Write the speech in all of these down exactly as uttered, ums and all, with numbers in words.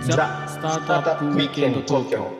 ザ・スタートアップウィークエンド東京。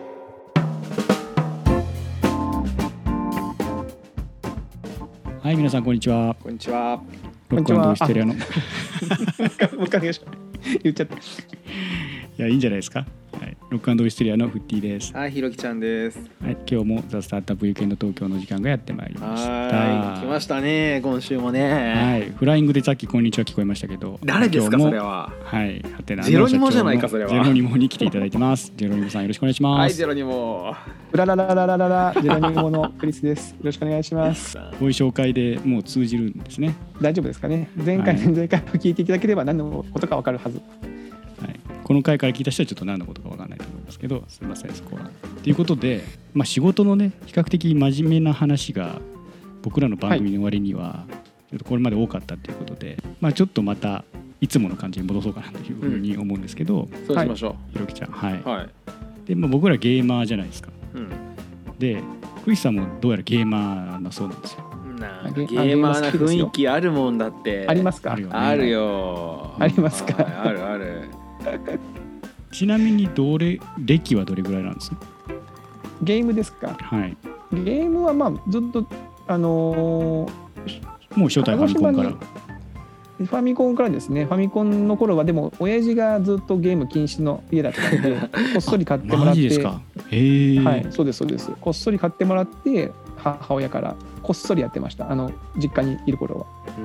はい、皆さんこんにちは。 こんにちは。 ロック&ウィステリアのもう一回言っちゃった。 いや、いいんじゃないですか。はい、ロック&ウィステリアのフッティです。 はい、ひろきちゃんです。 はい、今日もザ・スタートアップウィークエンド東京の時間がやってまいりました。 はい、来ましたね、今週もね。 はい、フライングでさっきこんにちは聞こえましたけど、 誰ですかそれは。 はい、はてなジェロニモじゃないかそれは。 ジェロニモに来ていただいてます。ジェロニモさんよろしくお願いします。 はい、ジェロニモ。 うららららららら、ジェロニモのクリスです。よろしくお願いします。 こういう紹介でもう通じるんですね。 大丈夫ですかね。前回、はい、前回を聞いていただければ何のことか分かるはず。 はい、この回から聞いた人はちょっと何のことか分からないと思いますけど、すみませんそこは。ということで、まあ、仕事のね比較的真面目な話が僕らの番組の割にはちょっとこれまで多かったということで、まあ、ちょっとまたいつもの感じに戻そうかなというふうに思うんですけど、 うん、そうしましょう。 ひろきちゃん、はい、 はい、 で、まあ、僕らゲーマーじゃないですか、 うん、 でクリスさんもどうやらゲーマーなそうなんですよ。 なんかゲーマーな雰囲気あるもんだって。 ありますか。 あるよね、 あるよ。 ありますか。 あるある。 ちなみにどれ歴はどれぐらいなんですか。 ゲームですか。 はい。 ゲームはまあずっとあのー、もう初代ファミコンから。 ファミコンからですね。ファミコンの頃はでも親父がずっとゲーム禁止の家だったのでこっそり買ってもらって。 マジですか。へー。 はい、そうですそうです。こっそり買ってもらって母親からこっそりやってました。あの実家にいる頃は。 うん。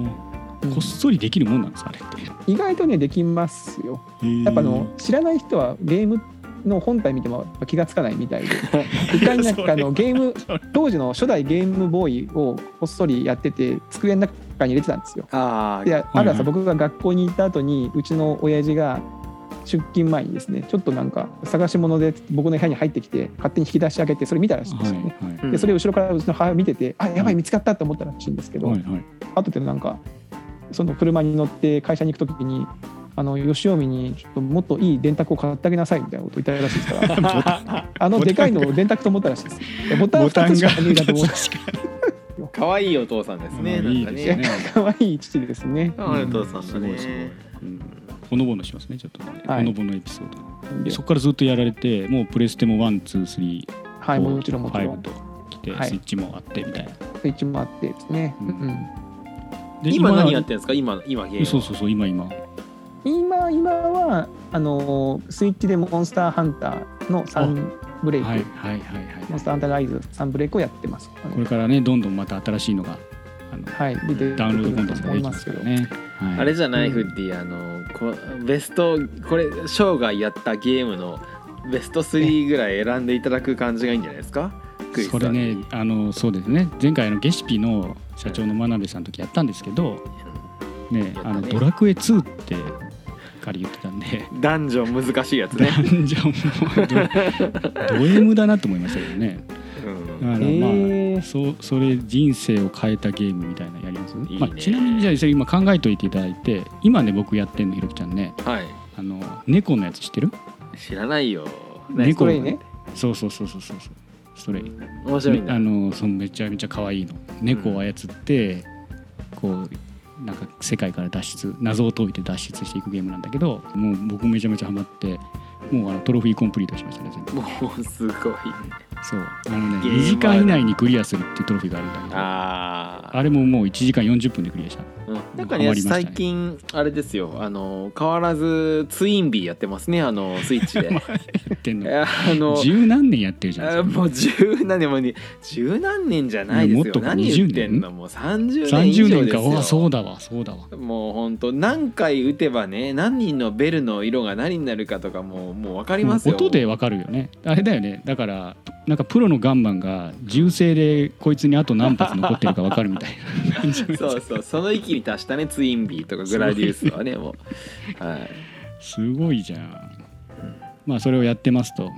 こっそりできるもんなんですか、あれって。 意外とねできますよ。やっぱあの知らない人はゲームの本体見ても気がつかないみたいで一回なんかあのゲーム当時の初代ゲームボーイをこっそりやってて机の中に入れてたんですよ。 あである朝僕が学校に行った後にうちの親父が出勤前にですねちょっとなんか探し物で僕の部屋に入ってきて勝手に引き出し開けてそれ見たらしいんですよね、はいはい、でそれを後ろからうちの母親見ててあやばい見つかったと思ったらしいんですけど、はいはい、後でなんかその車に乗って会社に行くときにあの吉尾美にちょっともっといい電卓を買ってあげなさいみたいなことを言ったらしいですからあのでかいのを電卓と思ったらしいですボタンふたつしか無理だと思うかわいいお父さんですね。なんかねかわいい父ですね。 かわいいお父さんだね。 ほのぼのしますねちょっとね、はい、ほのぼのエピソード。そこからずっとやられてもうプレステもワンツースリーはいもちろんもちろんと来て、はい、スイッチもあってみたいな。 スイッチもあってですね、うんうん、 で今何やってるんですか。今今ゲーム。 そうそうそう今今今今はあのスイッチでモンスターハンターのサンブレイク、はいはいはいはい、モンスターハンターライズサンブレイクをやってます、ね、 これからねどんどんまた新しいのがあの、 はい、出てダウンロードコンテンツができますからね、 はい、あれじゃない、うん、フッディあのこベストこれ生涯やったゲームのベストスリーぐらい選んでいただく感じがいいんじゃないですか。 それねあのそうですね前回のゲシピの社長の真鍋さんの時やったんですけど、ね、あのドラクエツーってから言ってたんでダンジョン難しいやつね。 ダンジョンもド M だなと思いましたけどね、うん、だからまあ、えー、そ, それ人生を変えたゲームみたいなのやります。いいね。まあ、ちなみにじゃあ今考えといていただいて今ね僕やってんのひろきちゃんね、 はい、 あの猫のやつ知ってる？ 知らないよ。 猫ね。 そうそうそうそうそうそれ面白いんだ。 あのそのめちゃめちゃ可愛いの猫を操って、うん、こうなんか世界から脱出謎を解いて脱出していくゲームなんだけどもう僕めちゃめちゃハマってもうあのトロフィーコンプリートしましたね全部。 もうすごいね。 そうあのねにじかん以内にクリアするっていうトロフィーがあるんだけど あ, あれももういちじかんよんじゅっぷんでクリアした、 うん、なんか ね, ね最近あれですよあの変わらずツインビーやってますねあのスイッチでやってんのあの十何年やってるじゃん。 もう十何年もに十何年じゃないですよ。もっと何言ってんのもうさんじゅうねん以上ですよ。さんじゅうねんか。そうだわそうだわ。もう本当何回打てばね何人のベルの色が何になるかとかもうもう分かりますよ。 音で分かるよねあれだよね。だからなんかプロのガンマンが銃声でこいつにあと何発残ってるか分かるみたいな感じそうそうその域に達したねツインビーとかグラディウスはねもう、はい、 すごいじゃん、うん、まあそれをやってますと、 はい、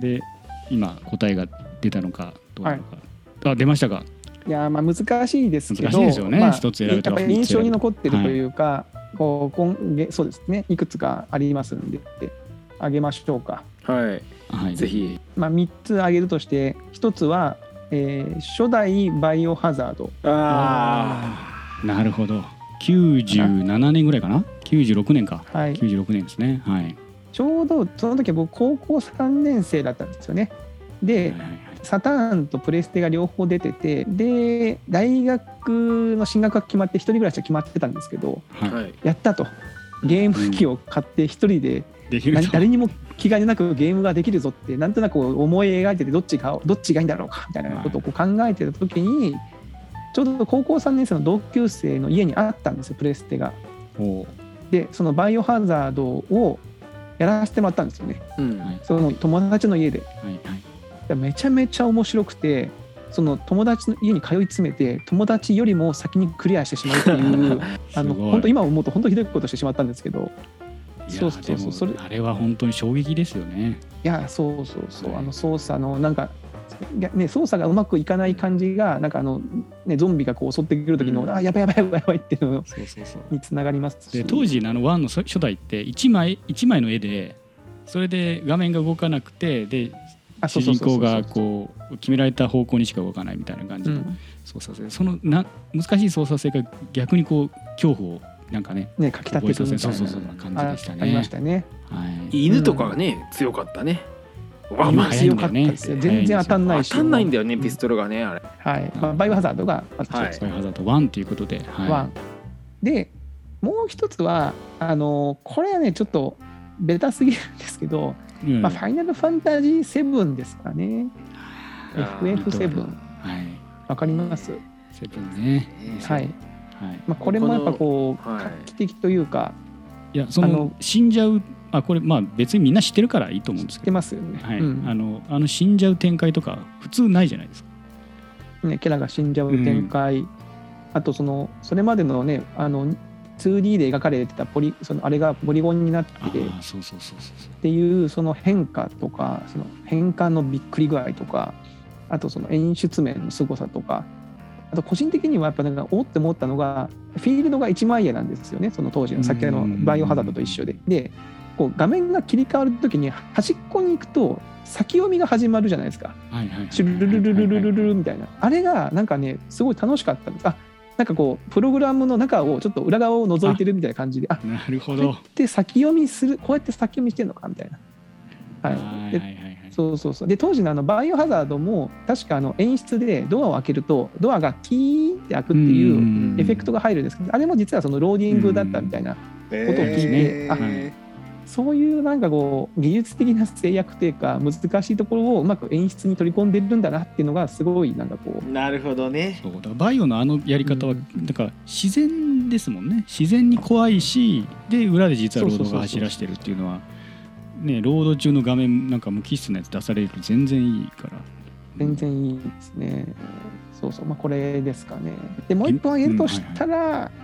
で今答えが出たのかどうなのか、はい、あ出ましたか。 いやまあ難しいですけど難しいですよね、まあ、一つ選べたらやっぱり印象に残ってるというか、はい、こう今そうですねいくつかありますんであげましょうか。 はいはい、ぜひ、 まあ、みっつ挙げるとしてひとつは、えー、初代バイオハザード。 ああなるほどきゅうじゅうななねんぐらいかなきゅうじゅうろくねんか、はい、きゅうじゅうろくねんですね、はい、 ちょうどその時は僕高校さんねん生だったんですよね。で、はいはいはい、サターンとプレステが両方出てて、で大学の進学が決まって一人暮らしが決まってたんですけど、はい、やったとゲーム機を買って一人で、うん、誰にも気兼ねなくゲームができるぞってなんとなく思い描いてて、どっちがどっちがいいんだろうかみたいなことをこう考えてた時に、はい、ちょうど高校さんねん生の同級生の家にあったんですよ、プレステが。でそのバイオハザードをやらせてもらったんですよね、うん、その友達の家で、はいはい、めちゃめちゃ面白くて、その友達の家に通い詰めて友達よりも先にクリアしてしまうっていうあの本当今思うと本当ひどいことしてしまったんですけど、 そうそうそう、それあれは本当に衝撃ですよね。 いやそうそうそう、はい、あの操作のなんかね、操作がうまくいかない感じがなんかあの、ね、ゾンビがこう襲ってくる時の、うん、あやばいやばいやばいやばいっていうのにつながりますし、 で当時あのワンの初代っていちまいいちまいの絵でそれで画面が動かなくて、で主人公がこう決められた方向にしか動かないみたいな感じの操作性、うん、そのな難しい操作性が逆にこう恐怖をなんかねねかきたてくるみたいな感じでしたね。 ありましたね、 はい、犬とかがね、うん、強かったね。 今強かったですよ、ね、全然当たんないし、 当たんないんだよね、ピストルがね、あれ、 はい、まあ、バイオハザードが、 はい、バイオハザードワンということで、 はい、ワンでもう一つはあのこれはねちょっとベタすぎるんですけど、うん、まあ、ファイナルファンタジーセブンですかね、 エフエフセブン、はい、わかります？ セブンね、 はい、はい、まあ、これもやっぱこう画期的というか、 いやその死んじゃう、あこれまあ別にみんな知ってるからいいと思うんですけど、知ってますよね、 はい、うん、あのあの死んじゃう展開とか普通ないじゃないですか、 ね、キャラが死んじゃう展開、うん、あとそのそれまでのねあの ツーディー で描かれてたポリそのあれがポリゴンになってっていうその変化とか、その変換のびっくり具合とか、あとその演出面の凄さとか、あと個人的にはやっぱなんかおって思ったのがフィールドが一枚絵なんですよね、その当時のさっきのバイオハザードと一緒で、でこう画面が切り替わるときに端っこに行くと先読みが始まるじゃないですか、シュルルルルルルルルルみたいな、あれがなんかねすごい楽しかったんです。あなんかこうプログラムの中をちょっと裏側を覗いてるみたいな感じで、あなるほど、こうやって先読みする、こうやって先読みしてるのかみたいな、はい、でそうそうそう、で当時のあのバイオハザードも確かあの演出でドアを開けるとドアがキーって開くっていうエフェクトが入るんですけど、あれも実はそのローディングだったみたいなことを聞いて、あそういうなんかこう技術的な制約というか難しいところをうまく演出に取り込んでるんだなっていうのがすごいなんかこう、 なるほどね、 そうだバイオのあのやり方はなんか自然ですもんね、自然に怖いし、で裏で実はロードが走らしてるっていうのはね、ロード中の画面なんか無機質なやつ出されると全然いいから、 全然いいですね。そうそう、まあこれですかね。でもう一本挙げるとしたら、うんはいはい、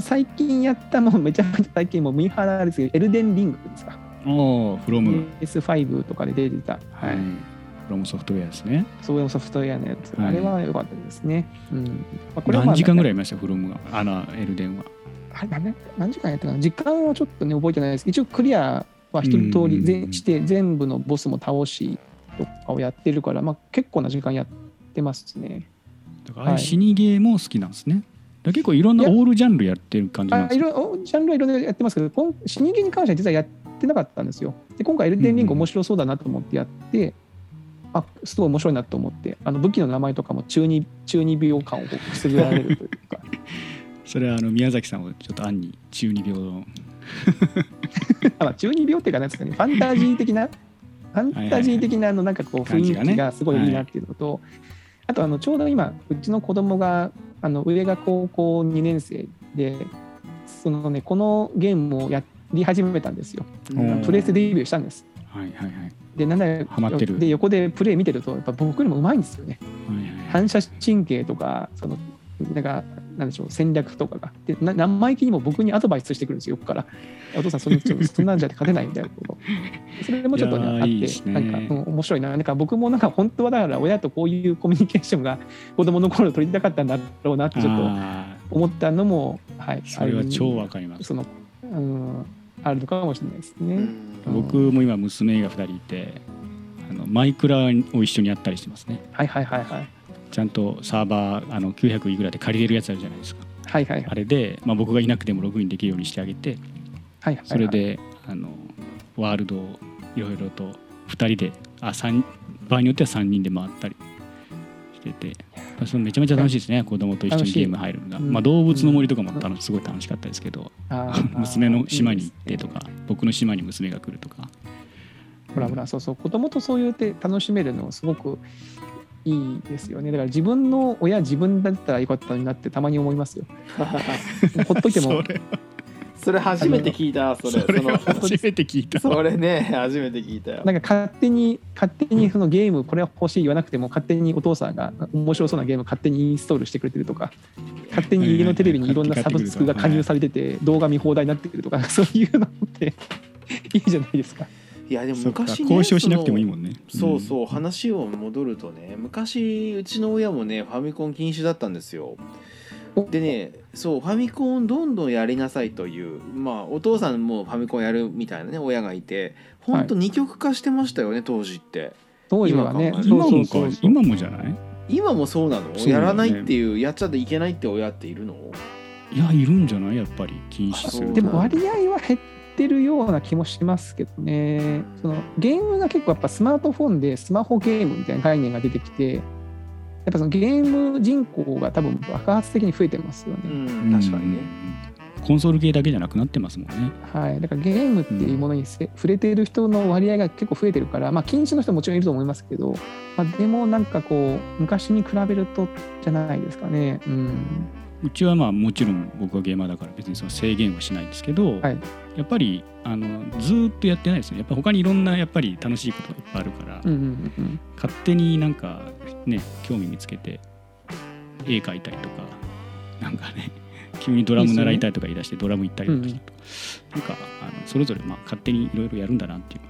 最近やったもうめちゃめちゃ最近もうミーハーですけどエルデンリングですか。 おーフロムピーエスファイブ とかで出てた、 はい、フロムソフトウェアですね。 そういうソフトウェアのやつ、はい、あれは良かったですね。うんまあ、これはまあ何時間ぐらいいましたフロムが、あのエルデンは。 あれ何時間やったかな、時間はちょっとね覚えてないです。一応クリアは一通り全して全部のボスも倒しとかをやってるから、まあ、結構な時間やってますね。 だからあれ死にゲーも好きなんですね。はい、だ結構いろんなオールジャンルやってる感じなんですか。 あいろジャンルはいろいろやってますけど、死にゲーに関しては実はやってなかったんですよ。で今回エルデンリング面白そうだなと思ってやって、うん、あすごい面白いなと思って、あの武器の名前とかも中二中二病感をくすぐられるというかそれはあの宮崎さんをちょっと暗に中二病の中二病っていうかなんですかね、ファンタジー的なファンタジー的なあのなんかこう雰囲気がすごいいいなっていうのと、あとあのちょうど今うちの子供があの上が高校にねん生で、そのねこのゲームをやり始めたんですよ。プレイステデビューしたんです。 はいはいはい。 でなんだハマってる。で横でプレイ見てるとやっぱ僕よりもうまいんですよね。はいはいはい、反射神経とかそのなんかなんでしょう戦略とかがでな生意気にも僕にアドバイスしてくるんですよ、横からお父さんそんそんなんじゃ勝てないみたいなことそれもちょっと、ね、あっていい、ね、なんか、うん、面白いな。なんか僕もなんか本当はだから親とこういうコミュニケーションが子供の頃取りたかったんだろうなってちょっと思ったのも、はい、 それは超わかります。 その、うん、あるのかもしれないですね。うん、 僕も今娘がふたりいてあのマイクラを一緒にやったりしてますね。 はいはいはいはい。 ちゃんとサーバーあのきゅうひゃくいくらで借りれるやつあるじゃないですか。 はいはいはい、あれで、まあ、僕がいなくてもログインできるようにしてあげて、はいはいはい、それであのワールドをいろいろとふたりであさん場合によってはさんにんで回ったりしてて、それめちゃめちゃ楽しいですね。子供と一緒にゲーム入るのが、うんまあ、動物の森とかも楽しすごい楽しかったですけど、うん、娘の島に行ってとかいい、ね、僕の島に娘が来るとか、 ほらほらそうそう子供とそう言って楽しめるのすごくいいですよね。だから自分の親自分だったらよかったのになってたまに思いますよ。ほっといてもそれそれ初めて聞いた。それそれ初めて聞いた。 それね初めて聞いたよ。 なんか勝手に勝手にそのゲームこれは欲しい言わなくても勝手にお父さんが面白そうなゲーム勝手にインストールしてくれてるとか、勝手に家のテレビにいろんなサブスクが加入されてて動画見放題になってくるとか、そういうのっていいじゃないですか。 いやでも昔ね交渉しなくてもいいもんね。 そうそう、話を戻るとね、昔うちの親もねファミコン禁止だったんですよ。でね、そうファミコンどんどんやりなさいという、まあお父さんもファミコンやるみたいなね親がいて、ほんと二極化してましたよね、はい、当時って。 当時はね、 今もか今もじゃない？ 今もそうなの？ね、やらないっていうやっちゃっていけないって親っているの？ いやいるんじゃないやっぱり禁止する。 でも割合は減ってるような気もしますけどね。そのゲームが結構やっぱスマートフォンでスマホゲームみたいな概念が出てきて。やっぱそのゲーム人口が多分爆発的に増えてますよね。 うん、確かにね。 コンソール系だけじゃなくなってますもんね。 はい、だからゲームっていうものに触れている人の割合が結構増えてるから、まあ禁止の人ももちろんいると思いますけど、まあ、でもなんかこう昔に比べるとじゃないですかね。うん。 うちはまあもちろん僕はゲーマーだから別にその制限はしないですけど、はい、やっぱりあのずっとやってないですね。やっぱ他にいろんなやっぱり楽しいことがいっぱいあるから、うんうんうん、勝手になんかね興味見つけて絵描いたりとかなんかね急にドラム習いたいとか言い出してドラム行ったりとかしてとか、うん、なんかあのそれぞれまあ勝手にいろいろやるんだなっていう、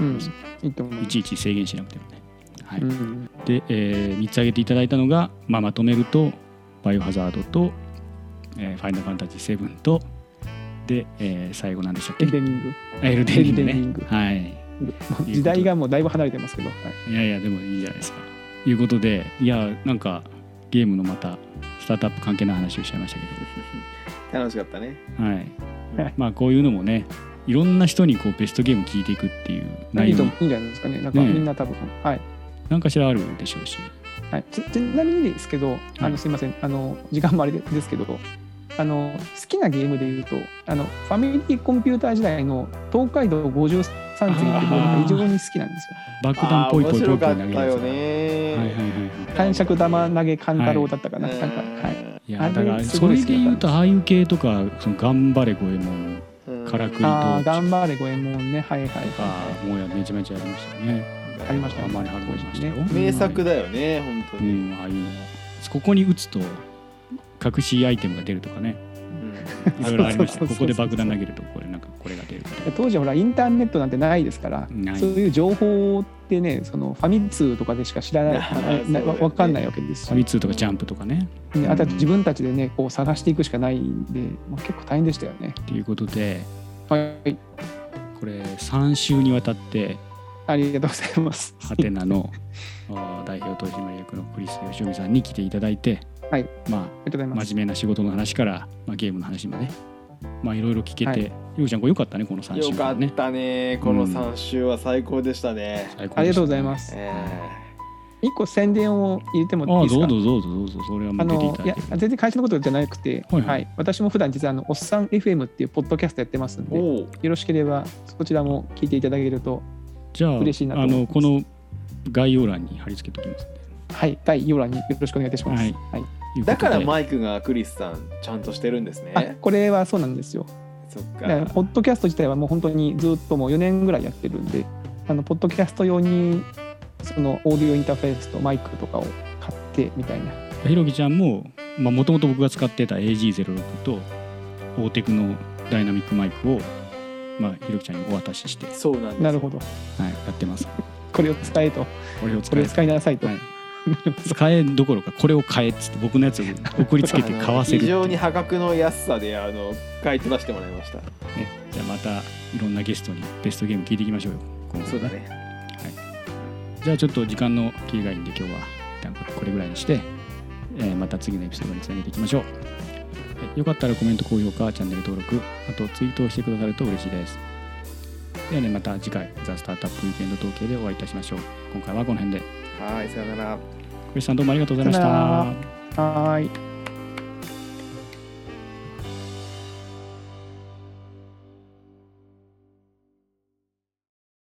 うん、いいと思います。いちいち制限しなくてもね。はい。うん、で、えー、みっつ挙げていただいたのが、まあ、まとめるとバイオハザードと、えー、ファイナルファンタジーセブンとで、えー、最後なんでしたっけ？ エルデンリング。 エルデンリングね。エルデンリング。はい。 時代がもうだいぶ離れてますけど、はい、 いやいやでもいいじゃないですか。ということで、いやなんかゲームのまたスタートアップ関係ない話をしちゃいましたけど楽しかったね。 はい。まあこういうのもね、いろんな人にこうベストゲーム聞いていくっていう内容いいんじゃないですかね。なんかみんな多分、ね、はい。 なんかしらあるでしょうし。 はい。ち, ちなみにですけど、あのすいません、あの時間もあれですけど。あの好きなゲームでいうとあのファミリーコンピューター時代の東海道ごじゅうさん次っていうのが非常に好きなんですよ。 爆弾ポイポイポイポイ投げるやつ。 感触玉投げ勘太郎だったかな。はい、なんかはい。 いやだからそれでいうとああいう系とかその頑張れ五右衛門、からくりとあ頑張れ五右衛門ねはいはいはい。 あもうやめちゃめちゃやりましたよね。 ありましたね。 あんまりハルトしましたよ。 名作だよね本当に。 うんああいうのここに打つと隠しアイテムが出るとかね、うん、いろいろありました。ここで爆弾投げるとこれなんかこれが出る。 当時はほらインターネットなんてないですから、そういう情報ってね、そのファミ通とかでしか知らない、ね、分かんないわけですし、 ファミ通とかジャンプとかね。 あとは自分たちでねこう探していくしかないんで、まあ、結構大変でしたよね。 ということで、 はい、 これさん週にわたってありがとうございます。 ハテナの代表取締役のクリス吉臣さんに来ていただいて、 はい、 まあ、あ真面目な仕事の話から、まあ、ゲームの話まで、まあいろいろ聞けて、はい、ゆうちゃんこれ良かったねこのさん週間ね。 よかったねこのさん週は最高でしたね。 うん、ありがとうございます。えー、いっこ宣伝を入れてもいいですか？ あどうぞどうぞどうぞそれはもう出ていただいて。いや全然会社のことじゃなくて、はいはいはい、私も普段実はあのおっさん エフエム っていうポッドキャストやってますんで、よろしければそちらも聞いていただけると嬉しいなと思います。 じゃあ、あのこの概要欄に貼り付けておきますので。 はい、概要欄によろしくお願いいたします。はい。はい、 だからマイクがクリスさんちゃんとしてるんですね。 あこれはそうなんですよ。 そっか。 だからポッドキャスト自体はもう本当にずっともうよねんぐらいやってるんで、あのポッドキャスト用にそのオーディオインターフェースとマイクとかを買ってみたいな。 ひろきちゃんももともと僕が使ってた エージーゼロろく とオーテクのダイナミックマイクをまあひろきちゃんにお渡しして、 そうなんです。なるほど。 はい、やってます。 これを使えと。 これを使え。 これを使いなさいと。はい使えどころかこれを買えっつって僕のやつを送りつけて買わせる非常に破格の安さであの買い取らせてもらいました、ね、 じゃあまたいろんなゲストにベストゲーム聞いていきましょうよ今後、ね、そうだね、 はい、じゃあちょっと時間の切りがいいんで今日は一旦これぐらいにして、えー、また次のエピソードにつなげていきましょう。よかったらコメント高評価チャンネル登録あとツイートをしてくださると嬉しいです。 ではね、また次回ザ・スタートアップウィークエンド統計でお会いいたしましょう。今回はこの辺で。 はい、さよなら。 小石さんどうもありがとうございました。 はい。